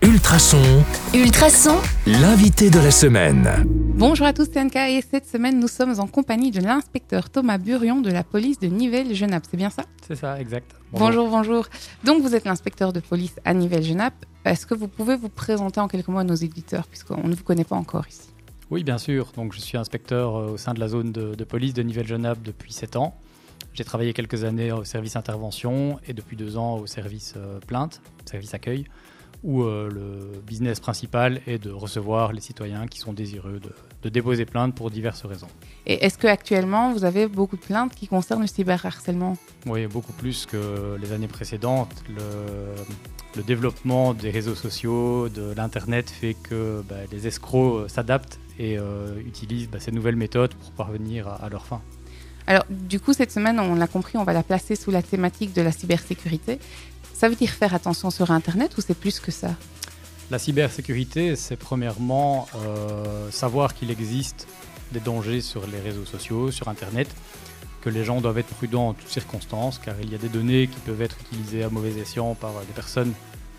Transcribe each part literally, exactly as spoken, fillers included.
Ultrason, Ultrason, l'invité de la semaine. Bonjour à tous, c'est Anka et cette semaine nous sommes en compagnie de l'inspecteur Thomas Burion de la police de Nivelles-Genappe, c'est bien ça? C'est ça, exact. Bonjour. bonjour, bonjour. Donc vous êtes l'inspecteur de police à Nivelles-Genappe. Est-ce que vous pouvez vous présenter en quelques mots à nos éditeurs puisqu'on ne vous connaît pas encore ici? Oui, bien sûr. Donc, je suis inspecteur au sein de la zone de, de police de Nivelles-Genappe depuis sept ans. J'ai travaillé quelques années au service intervention et depuis deux ans au service euh, plainte, service accueil, où euh, le business principal est de recevoir les citoyens qui sont désireux de, de déposer plainte pour diverses raisons. Et est-ce qu'actuellement vous avez beaucoup de plaintes qui concernent le cyberharcèlement? Oui, beaucoup plus que les années précédentes. Le, le développement des réseaux sociaux, de l'Internet fait que bah, les escrocs s'adaptent et euh, utilisent bah, ces nouvelles méthodes pour parvenir à, à leur fin. Alors, du coup, cette semaine, on l'a compris, on va la placer sous la thématique de la cybersécurité. Ça veut dire faire attention sur Internet ou c'est plus que ça? La cybersécurité, c'est premièrement euh, savoir qu'il existe des dangers sur les réseaux sociaux, sur Internet, que les gens doivent être prudents en toutes circonstances, car il y a des données qui peuvent être utilisées à mauvais escient par des personnes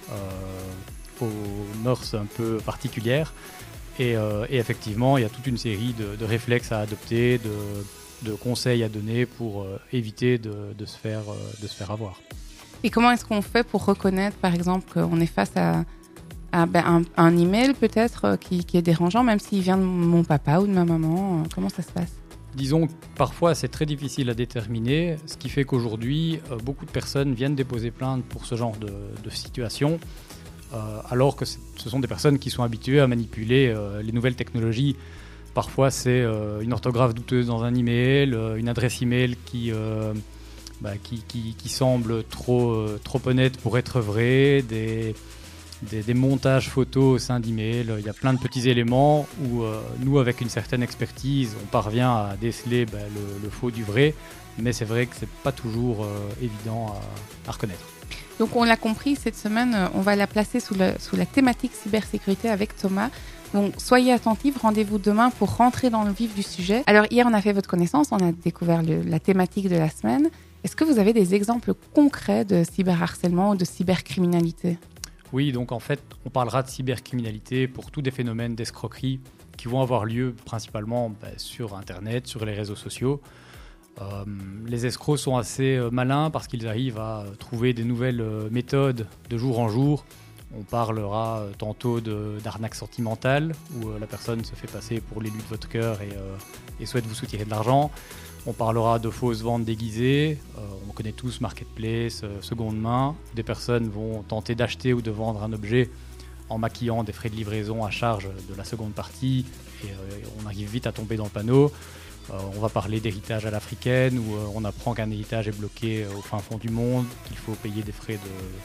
euh, aux mœurs un peu particulières. Et, euh, et effectivement, il y a toute une série de, de réflexes à adopter, de, de conseils à donner pour euh, éviter de, de, se faire, euh, de se faire avoir. Et comment est-ce qu'on fait pour reconnaître, par exemple, qu'on est face à, à ben, un, un email peut-être euh, qui, qui est dérangeant, même s'il vient de mon papa ou de ma maman? Comment ça se passe? Disons que parfois c'est très difficile à déterminer, ce qui fait qu'aujourd'hui, euh, beaucoup de personnes viennent déposer plainte pour ce genre de, de situation, euh, alors que ce sont des personnes qui sont habituées à manipuler euh, les nouvelles technologies. Parfois c'est euh, une orthographe douteuse dans un email, euh, une adresse email qui... Euh, Bah, qui, qui, qui semble trop, euh, trop honnête pour être vrai, des, des, des montages photos au sein d'emails. Il y a plein de petits éléments où euh, nous, avec une certaine expertise, on parvient à déceler bah, le, le faux du vrai, mais c'est vrai que c'est pas toujours euh, évident à, à reconnaître. Donc on l'a compris, cette semaine, on va la placer sous, le, sous la thématique cybersécurité avec Thomas. Donc soyez attentifs, rendez-vous demain pour rentrer dans le vif du sujet. Alors hier, on a fait votre connaissance, on a découvert le, la thématique de la semaine. Est-ce que vous avez des exemples concrets de cyberharcèlement ou de cybercriminalité? Oui, donc en fait, on parlera de cybercriminalité pour tous des phénomènes d'escroquerie qui vont avoir lieu principalement bah, sur Internet, sur les réseaux sociaux. Euh, les escrocs sont assez euh, malins parce qu'ils arrivent à euh, trouver des nouvelles euh, méthodes de jour en jour. On parlera euh, tantôt de, d'arnaque sentimentale où euh, la personne se fait passer pour l'élu de votre cœur et, euh, et souhaite vous soutirer de l'argent. On parlera de fausses ventes déguisées, euh, on connaît tous Marketplace, euh, seconde main. Des personnes vont tenter d'acheter ou de vendre un objet en maquillant des frais de livraison à charge de la seconde partie et euh, on arrive vite à tomber dans le panneau. Euh, on va parler d'héritage à l'africaine où euh, on apprend qu'un héritage est bloqué euh, au fin fond du monde, qu'il faut payer des frais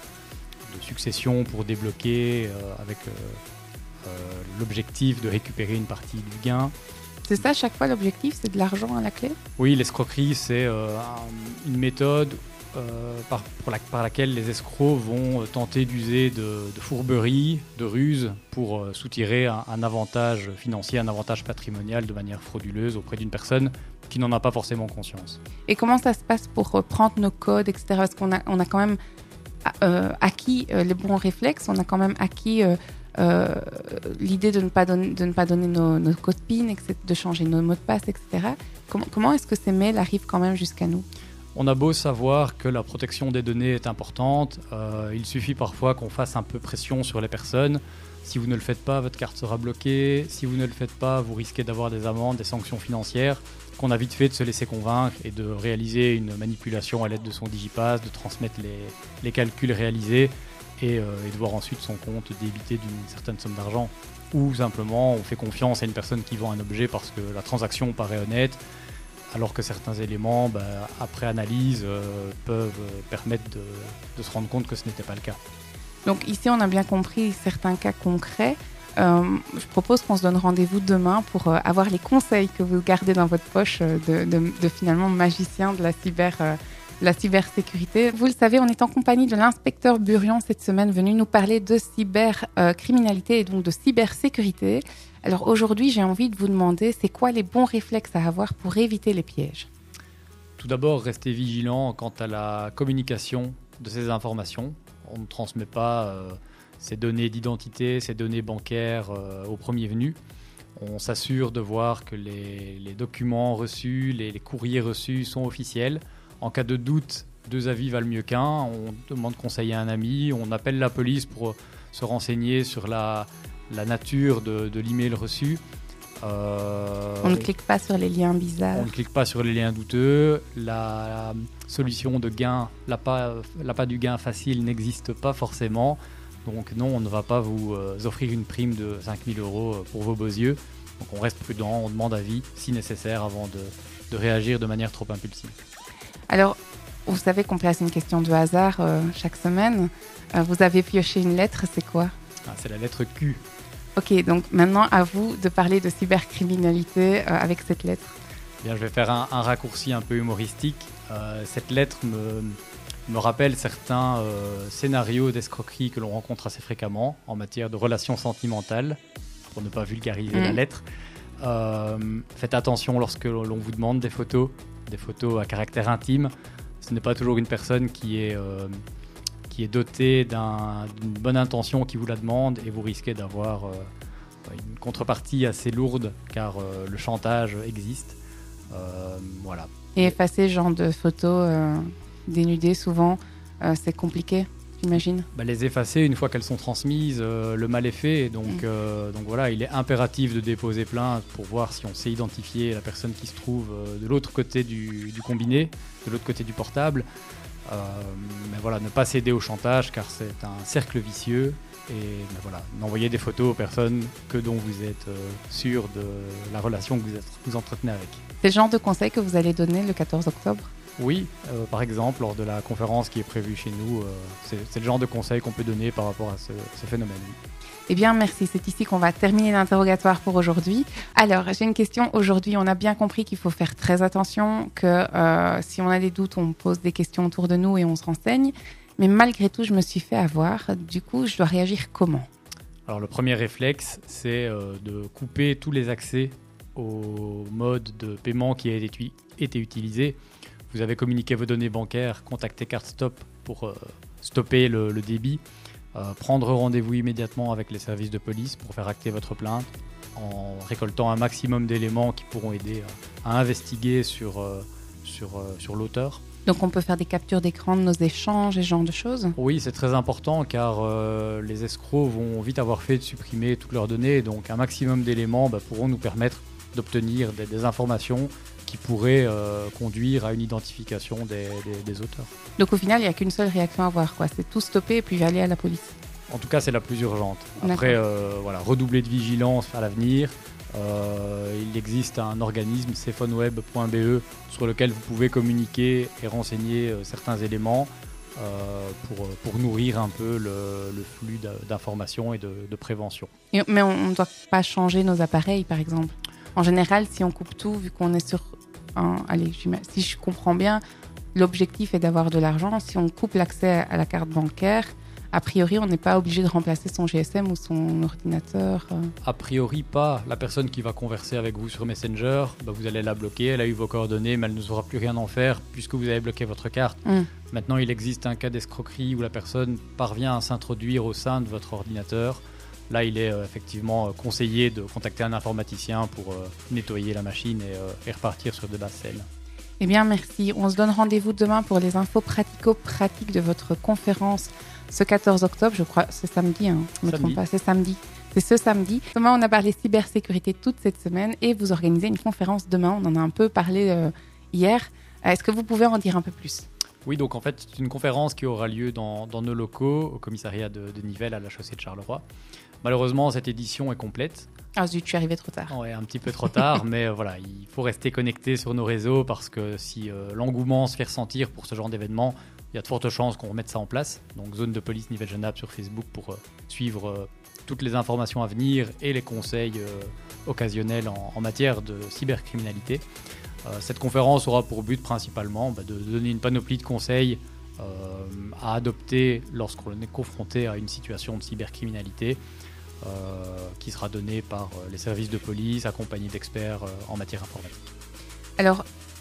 de, de succession pour débloquer euh, avec euh, euh, l'objectif de récupérer une partie du gain. C'est ça, chaque fois, l'objectif, c'est de l'argent à la clé? Oui, l'escroquerie, c'est euh, un, une méthode euh, par, pour la, par laquelle les escrocs vont tenter d'user de, de fourberie, de ruse pour euh, soutirer un, un avantage financier, un avantage patrimonial de manière frauduleuse auprès d'une personne qui n'en a pas forcément conscience. Et comment ça se passe pour reprendre nos codes, et cetera? Parce qu'on a, on a quand même euh, acquis euh, les bons réflexes, on a quand même acquis... Euh, Euh, l'idée de ne pas donner, de ne pas donner nos, nos codes PIN, et cetera, de changer nos mots de passe, et cetera. Comment, comment est-ce que ces mails arrivent quand même jusqu'à nous? On a beau savoir que la protection des données est importante, euh, il suffit parfois qu'on fasse un peu pression sur les personnes. Si vous ne le faites pas, votre carte sera bloquée. Si vous ne le faites pas, vous risquez d'avoir des amendes, des sanctions financières. Qu'on a vite fait de se laisser convaincre et de réaliser une manipulation à l'aide de son Digipass, de transmettre les, les calculs réalisés. Et, euh, et de voir ensuite son compte débité d'une certaine somme d'argent. Ou simplement, on fait confiance à une personne qui vend un objet parce que la transaction paraît honnête, alors que certains éléments, bah, après analyse, euh, peuvent permettre de, de se rendre compte que ce n'était pas le cas. Donc ici, on a bien compris certains cas concrets. Euh, je propose qu'on se donne rendez-vous demain pour euh, avoir les conseils que vous gardez dans votre poche euh, de, de, de finalement magicien de la cyber euh, la cybersécurité. Vous le savez, on est en compagnie de l'inspecteur Burion cette semaine, venu nous parler de cybercriminalité euh, et donc de cybersécurité. Alors aujourd'hui, j'ai envie de vous demander, c'est quoi les bons réflexes à avoir pour éviter les pièges? Tout d'abord, restez vigilant quant à la communication de ces informations. On ne transmet pas euh, ses données d'identité, ses données bancaires euh, au premier venu. On s'assure de voir que les, les documents reçus, les, les courriers reçus sont officiels. En cas de doute, deux avis valent mieux qu'un. On demande conseil à un ami, on appelle la police pour se renseigner sur la, la nature de, de l'email reçu. Euh, on ne clique pas sur les liens bizarres. On ne clique pas sur les liens douteux. La solution de gain, l'appât, l'appât du gain facile n'existe pas forcément. Donc non, on ne va pas vous euh, offrir une prime de cinq mille euros pour vos beaux yeux. Donc on reste prudent, on demande avis si nécessaire avant de, de réagir de manière trop impulsive. Alors, vous savez qu'on place une question de hasard euh, chaque semaine. Euh, vous avez pioché une lettre, c'est quoi ? Ah, c'est la lettre Q. Ok, donc maintenant à vous de parler de cybercriminalité euh, avec cette lettre. Bien, je vais faire un, un raccourci un peu humoristique. Euh, cette lettre me, me rappelle certains euh, scénarios d'escroquerie que l'on rencontre assez fréquemment en matière de relations sentimentales, pour ne pas vulgariser mmh. la lettre. Euh, faites attention lorsque l'on vous demande des photos, des photos à caractère intime. Ce n'est pas toujours une personne qui est... Euh, qui est doté d'un, d'une bonne intention qui vous la demande et vous risquez d'avoir euh, une contrepartie assez lourde car euh, le chantage existe. Euh, voilà. Et effacer ce genre de photos euh, dénudées, souvent, euh, c'est compliqué, j'imagine. Bah, les effacer, une fois qu'elles sont transmises, euh, le mal est fait. Donc, mmh. euh, donc voilà, il est impératif de déposer plainte pour voir si on sait identifier la personne qui se trouve euh, de l'autre côté du, du combiné, de l'autre côté du portable. Euh, mais voilà, ne pas céder au chantage car c'est un cercle vicieux et mais voilà, n'envoyez des photos aux personnes que dont vous êtes euh, sûr de la relation que vous, êtes, vous entretenez avec. C'est le genre de conseils que vous allez donner le quatorze octobre ? Oui, euh, par exemple, lors de la conférence qui est prévue chez nous, euh, c'est, c'est le genre de conseils qu'on peut donner par rapport à ce, ce phénomène. Eh bien, merci. C'est ici qu'on va terminer l'interrogatoire pour aujourd'hui. Alors, j'ai une question. Aujourd'hui, on a bien compris qu'il faut faire très attention, que euh, si on a des doutes, on pose des questions autour de nous et on se renseigne. Mais malgré tout, je me suis fait avoir. Du coup, je dois réagir comment ? Alors, le premier réflexe, c'est euh, de couper tous les accès au mode de paiement qui a été, été utilisé. Vous avez communiqué vos données bancaires, contactez CardStop pour euh, stopper le, le débit. Euh, prendre rendez-vous immédiatement avec les services de police pour faire acter votre plainte en récoltant un maximum d'éléments qui pourront aider à, à investiguer sur, euh, sur, euh, sur l'auteur. Donc on peut faire des captures d'écran de nos échanges et ce genre de choses ? Oui, c'est très important car euh, les escrocs vont vite avoir fait de supprimer toutes leurs données. Donc un maximum d'éléments bah, pourront nous permettre d'obtenir des, des informations qui pourraient euh, conduire à une identification des, des, des auteurs. Donc au final, il n'y a qu'une seule réaction à avoir, quoi. C'est tout stopper et puis aller à la police. En tout cas, c'est la plus urgente. Après, euh, voilà, redoubler de vigilance à l'avenir. Euh, il existe un organisme, cephoneweb point b e, sur lequel vous pouvez communiquer et renseigner euh, certains éléments euh, pour, pour nourrir un peu le, le flux d'informations et de, de prévention. Et, mais on ne doit pas changer nos appareils, par exemple. En général, si on coupe tout, vu qu'on est sur un... Allez, si je comprends bien, l'objectif est d'avoir de l'argent. Si on coupe l'accès à la carte bancaire, a priori, on n'est pas obligé de remplacer son G S M ou son ordinateur. A priori, pas. La personne qui va converser avec vous sur Messenger, bah, vous allez la bloquer. Elle a eu vos coordonnées, mais elle ne saura plus rien en faire puisque vous avez bloqué votre carte. Mm. Maintenant, il existe un cas d'escroquerie où la personne parvient à s'introduire au sein de votre ordinateur. Là, il est euh, effectivement conseillé de contacter un informaticien pour euh, nettoyer la machine et, euh, et repartir sur de bases saines. Eh bien, merci. On se donne rendez-vous demain pour les infos pratico-pratiques de votre conférence ce quatorze octobre. Je crois c'est samedi, hein. Je ne me trompe pas, c'est samedi. C'est ce samedi. Demain, on a parlé cybersécurité toute cette semaine et vous organisez une conférence demain. On en a un peu parlé euh, hier. Est-ce que vous pouvez en dire un peu plus ? Oui, donc en fait, c'est une conférence qui aura lieu dans, dans nos locaux, au commissariat de, de Nivelles, à la chaussée de Charleroi. Malheureusement, cette édition est complète. Ah zut, je suis arrivé trop tard. Oui, un petit peu trop tard, mais euh, voilà, il faut rester connecté sur nos réseaux parce que si euh, l'engouement se fait ressentir pour ce genre d'événement, il y a de fortes chances qu'on remette ça en place. Donc, zone de police Nivelles-Genappe sur Facebook pour euh, suivre euh, toutes les informations à venir et les conseils euh, occasionnels en, en matière de cybercriminalité. Euh, cette conférence aura pour but principalement bah, de donner une panoplie de conseils euh, à adopter lorsqu'on est confronté à une situation de cybercriminalité. Euh, qui sera donné par euh, les services de police, accompagnés d'experts euh, en matière informatique. Alors,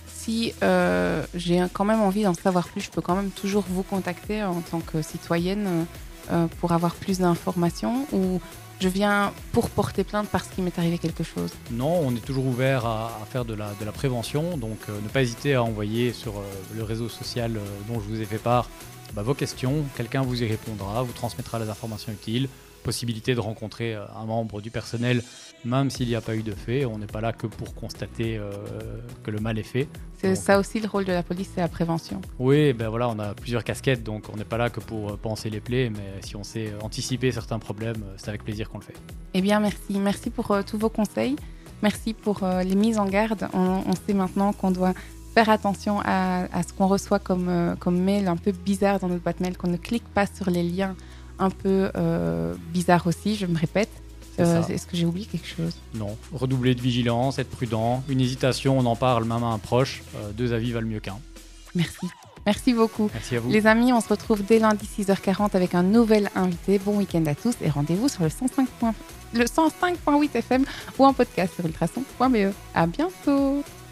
si euh, j'ai quand même envie d'en savoir plus, je peux quand même toujours vous contacter en tant que citoyenne. euh, pour avoir plus d'informations ou je viens pour porter plainte parce qu'il m'est arrivé quelque chose? Non, on est toujours ouvert à, à faire de la, de la prévention, donc euh, ne pas hésiter à envoyer sur euh, le réseau social euh, dont je vous ai fait part bah, vos questions, quelqu'un vous y répondra, vous transmettra les informations utiles, possibilité de rencontrer euh, un membre du personnel, même s'il n'y a pas eu de fait, on n'est pas là que pour constater euh, que le mal est fait. C'est Donc, ça aussi le rôle de la police, c'est la prévention. Oui, ben voilà, on a plusieurs casquettes, donc on n'est pas là que pour euh, panser les plaies, mais si on sait anticiper certains problèmes, euh, c'est avec plaisir qu'on le fait. Eh bien, merci. Merci pour euh, tous vos conseils. Merci pour euh, les mises en garde. On, on sait maintenant qu'on doit faire attention à, à ce qu'on reçoit comme, euh, comme mail un peu bizarre dans notre boîte mail, qu'on ne clique pas sur les liens un peu euh, bizarres aussi, je me répète. Euh, est-ce que j'ai oublié quelque chose? Non. Redoubler de vigilance, être prudent. Une hésitation, on en parle même à un proche. Euh, deux avis valent mieux qu'un. Merci. Merci beaucoup. Merci à vous. Les amis, on se retrouve dès lundi six heures quarante avec un nouvel invité. Bon week-end à tous et rendez-vous sur le cent cinq point huit F M ou en podcast sur ultrason point b e. À bientôt.